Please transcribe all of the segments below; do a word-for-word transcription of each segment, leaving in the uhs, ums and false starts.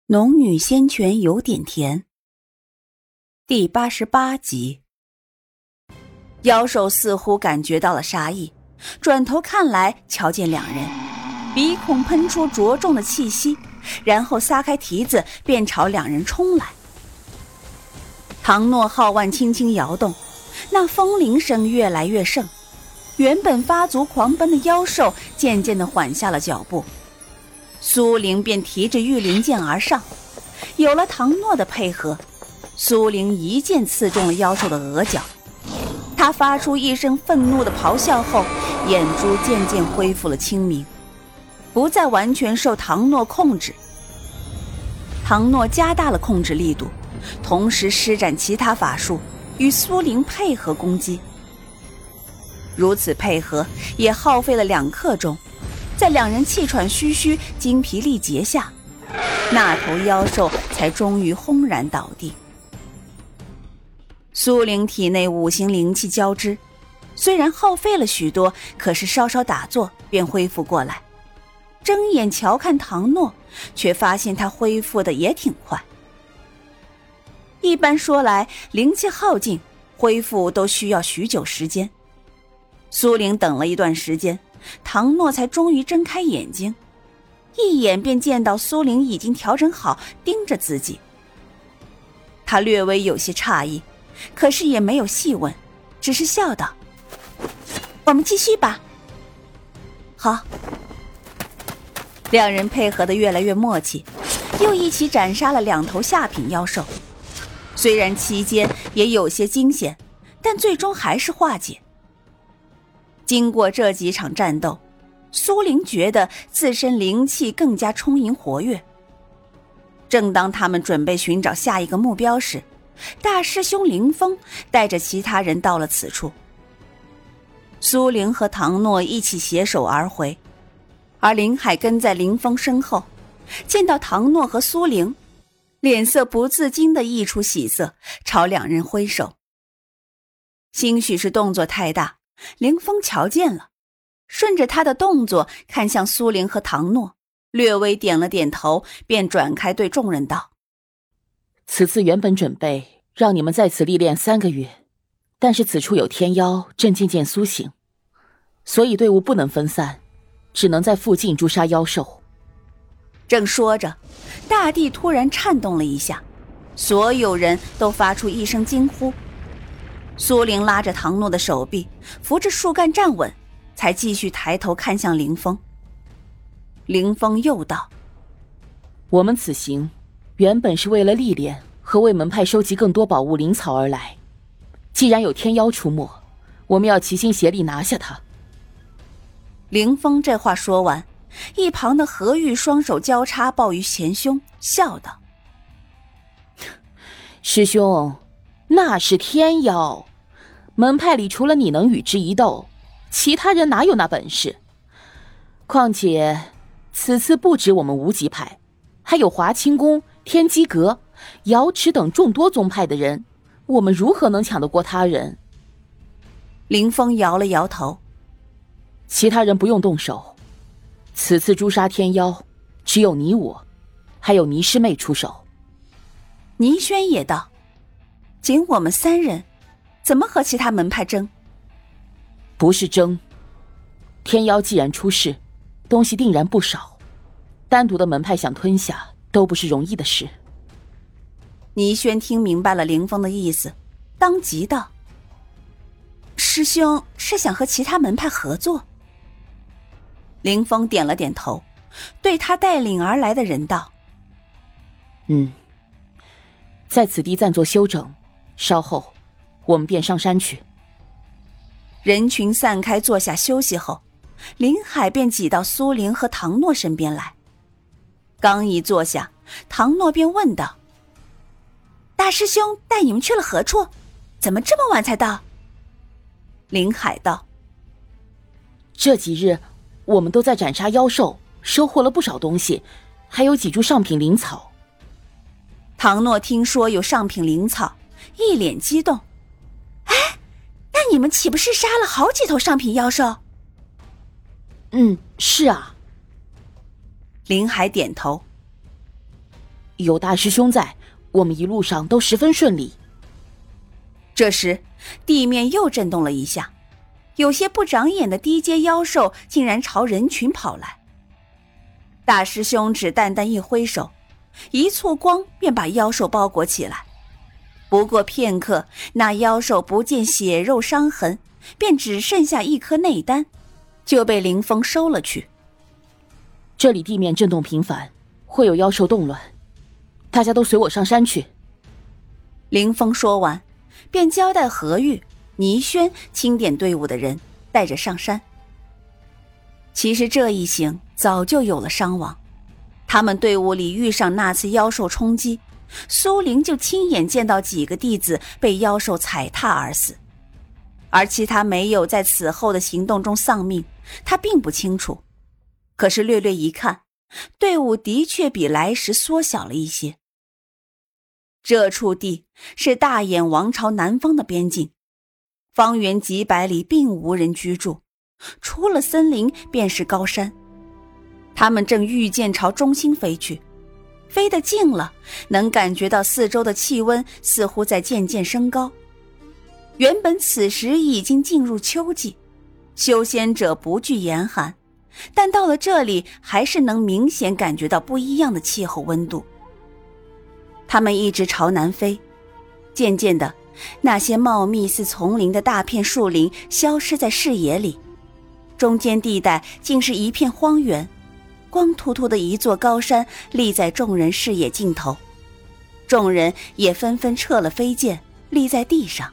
农女仙泉有点甜。第八十八集。妖兽似乎感觉到了杀意，转头看来，瞧见两人鼻孔喷出灼重的气息，然后撒开蹄子便朝两人冲来。唐诺皓腕轻轻摇动，那风铃声越来越盛，原本发足狂奔的妖兽渐渐地缓下了脚步。苏灵便提着御灵剑而上，有了唐诺的配合，苏灵一剑刺中了妖兽的额角。他发出一声愤怒的咆哮后，眼珠渐渐恢复了清明，不再完全受唐诺控制。唐诺加大了控制力度，同时施展其他法术与苏灵配合攻击。如此配合也耗费了两刻钟，在两人气喘吁吁、精疲力竭下，那头妖兽才终于轰然倒地。苏灵体内五行灵气交织，虽然耗费了许多，可是稍稍打坐便恢复过来。睁眼瞧看唐诺，却发现他恢复的也挺快。一般说来，灵气耗尽，恢复都需要许久时间。苏灵等了一段时间，唐诺才终于睁开眼睛，一眼便见到苏灵已经调整好，盯着自己。他略微有些诧异，可是也没有细问，只是笑道：“我们继续吧。”好。两人配合得越来越默契，又一起斩杀了两头下品妖兽。虽然期间也有些惊险，但最终还是化解。经过这几场战斗，苏灵觉得自身灵气更加充盈活跃。正当他们准备寻找下一个目标时，大师兄凌风带着其他人到了此处。苏灵和唐诺一起携手而回，而林海跟在凌风身后，见到唐诺和苏灵，脸色不自禁地溢出喜色，朝两人挥手。兴许是动作太大，凌风瞧见了，顺着他的动作看向苏灵和唐诺，略微点了点头，便转开对众人道：“ 此次原本准备让你们在此历练三个月，但是此处有天妖正渐渐苏醒，所以队伍不能分散，只能在附近诛杀妖兽。” 正说着，大地突然颤动了一下，所有人都发出一声惊呼。苏灵拉着唐诺的手臂，扶着树干站稳，才继续抬头看向凌风。凌风又道：“ 我们此行原本是为了历练和为门派收集更多宝物灵草而来，既然有天妖出没，我们要齐心协力拿下他。” 凌风这话说完，一旁的何玉双手交叉抱于前胸，笑道：“ 师兄，那是天妖，门派里除了你能与之一斗，其他人哪有那本事？况且此次不止我们无极派，还有华清宫、天机阁、瑶池等众多宗派的人，我们如何能抢得过他人？” 凌风摇了摇头：“ 其他人不用动手，此次诛杀天妖，只有你我，还有倪师妹出手。” 倪轩也道：“仅我们三人，怎么和其他门派争？” 不是争，天妖既然出世，东西定然不少，单独的门派想吞下都不是容易的事。 倪轩听明白了凌风的意思，当即道：“师兄是想和其他门派合作？”凌风点了点头，对他带领而来的人道：“ 嗯，在此地暂作休整，稍后我们便上山去。” 人群散开坐下休息后，林海便挤到苏灵和唐诺身边来。刚一坐下，唐诺便问道：“大师兄带你们去了何处？怎么这么晚才到？”林海道：“ 这几日我们都在斩杀妖兽，收获了不少东西，还有几株上品灵草。” 唐诺听说有上品灵草，一脸激动：“哎，那你们岂不是杀了好几头上品妖兽？”“ 嗯，是啊。” 林海点头：“ 有大师兄在，我们一路上都十分顺利。 这时地面又震动了一下，有些不长眼的低阶妖兽竟然朝人群跑来。大师兄只淡淡一挥手，一簇光便把妖兽包裹起来。不过片刻，那妖兽不见血肉伤痕，便只剩下一颗内丹，就被凌风收了去。 这里地面震动频繁，会有妖兽动乱，大家都随我上山去。 凌风说完，便交代何玉、倪轩清点队伍的人带着上山。其实这一行早就有了伤亡，他们队伍里遇上那次妖兽冲击，苏玲就亲眼见到几个弟子被妖兽踩踏而死，而其他没有在此后的行动中丧命，他并不清楚。可是略略一看，队伍的确比来时缩小了一些。这处地是大眼王朝南方的边境，方圆几百里并无人居住，除了森林便是高山。他们正御剑朝中心飞去，飞得近了，能感觉到四周的气温似乎在渐渐升高。原本此时已经进入秋季，修仙者不惧严寒，但到了这里还是能明显感觉到不一样的气候温度。他们一直朝南飞，渐渐的，那些茂密似丛林的大片树林消失在视野里，中间地带竟是一片荒原，光秃秃的一座高山立在众人视野尽头，众人也纷纷撤了飞剑，立在地上。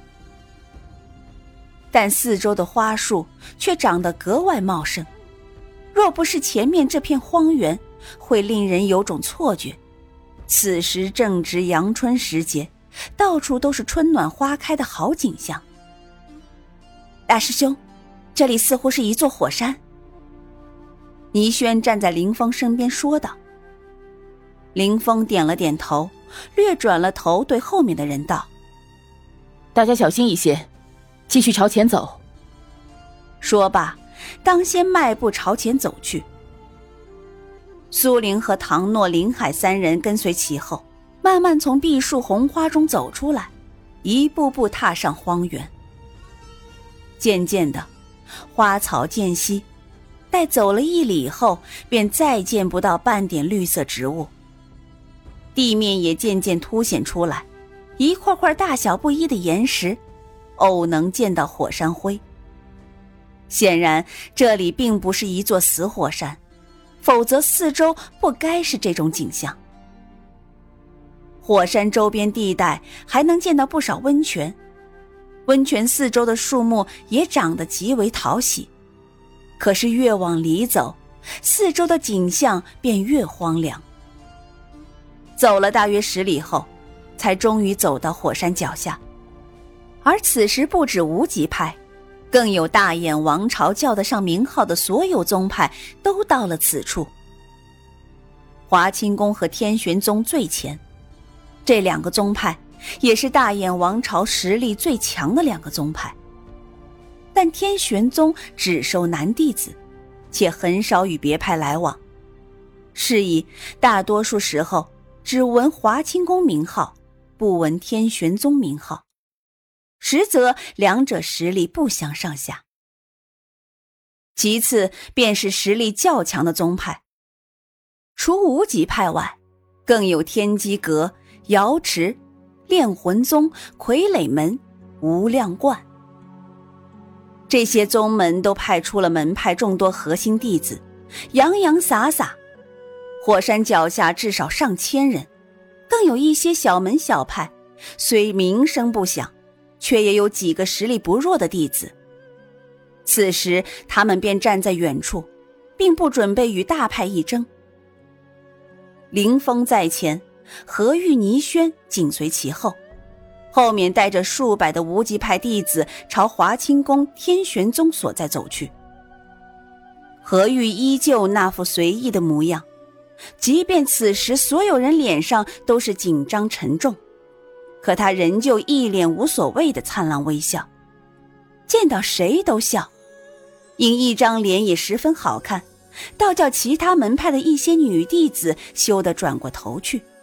但四周的花树却长得格外茂盛，若不是前面这片荒原，会令人有种错觉，此时正值阳春时节，到处都是春暖花开的好景象。大师兄，这里似乎是一座火山。倪轩站在凌风身边说道。凌风点了点头，略转了头对后面的人道： 大家小心一些，继续朝前走。 说罢，当先迈步朝前走去。苏玲和唐诺、林海三人跟随其后，慢慢从碧树红花中走出来，一步步踏上荒原。渐渐的，花草渐稀，待走了一里后，便再见不到半点绿色植物，地面也渐渐凸显出来一块块大小不一的岩石，偶能见到火山灰。显然这里并不是一座死火山，否则四周不该是这种景象。火山周边地带还能见到不少温泉，温泉四周的树木也长得极为讨喜。可是越往里走，四周的景象便越荒凉。走了大约十里后，才终于走到火山脚下。而此时不止无极派，更有大眼王朝叫得上名号的所有宗派都到了此处。华清宫和天玄宗最前，这两个宗派也是大眼王朝实力最强的两个宗派。但天玄宗只收男弟子，且很少与别派来往，是以大多数时候只闻华清宫名号，不闻天玄宗名号，实则两者实力不相上下。其次便是实力较强的宗派，除无极派外，更有天机阁、瑶池、炼魂宗、傀儡门、无量观。这些宗门都派出了门派众多核心弟子，洋洋洒洒，火山脚下至少上千人，更有一些小门小派，虽名声不响，却也有几个实力不弱的弟子。此时他们便站在远处，并不准备与大派一争。凌风在前，何玉、倪轩紧随其后，后面带着数百的无极派弟子朝华清宫天玄宗所在走去。何玉依旧那副随意的模样，即便此时所有人脸上都是紧张沉重，可他仍旧一脸无所谓的灿烂微笑，见到谁都笑，因一张脸也十分好看，倒叫其他门派的一些女弟子羞得转过头去。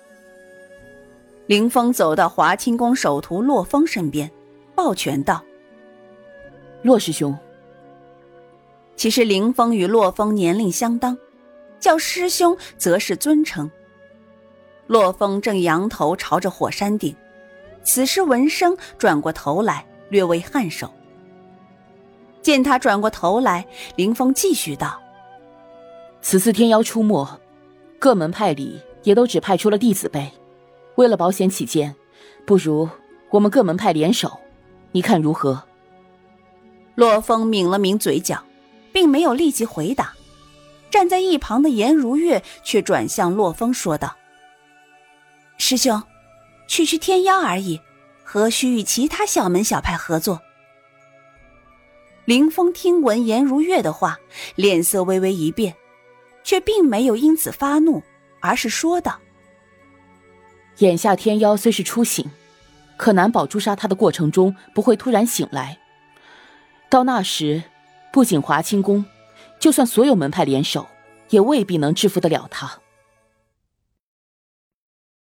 凌风走到华清宫首徒洛风身边，抱拳道： 洛师兄。 其实凌风与洛风年龄相当，叫师兄则是尊称。洛风正仰头朝着火山顶，此时闻声转过头来，略微颔首。见他转过头来，凌风继续道： 此次天妖出没，各门派里也都只派出了弟子辈，为了保险起见，不如我们各门派联手，你看如何？ 洛风抿了抿嘴角，并没有立即回答。站在一旁的颜如月却转向洛风说道：师兄，区区天妖而已，何须与其他小门小派合作？凌风听闻颜如月的话，脸色微微一变，却并没有因此发怒，而是说道： 眼下天妖虽是初醒，可难保诛杀他的过程中不会突然醒来。到那时，不仅华清宫，就算所有门派联手，也未必能制服得了他。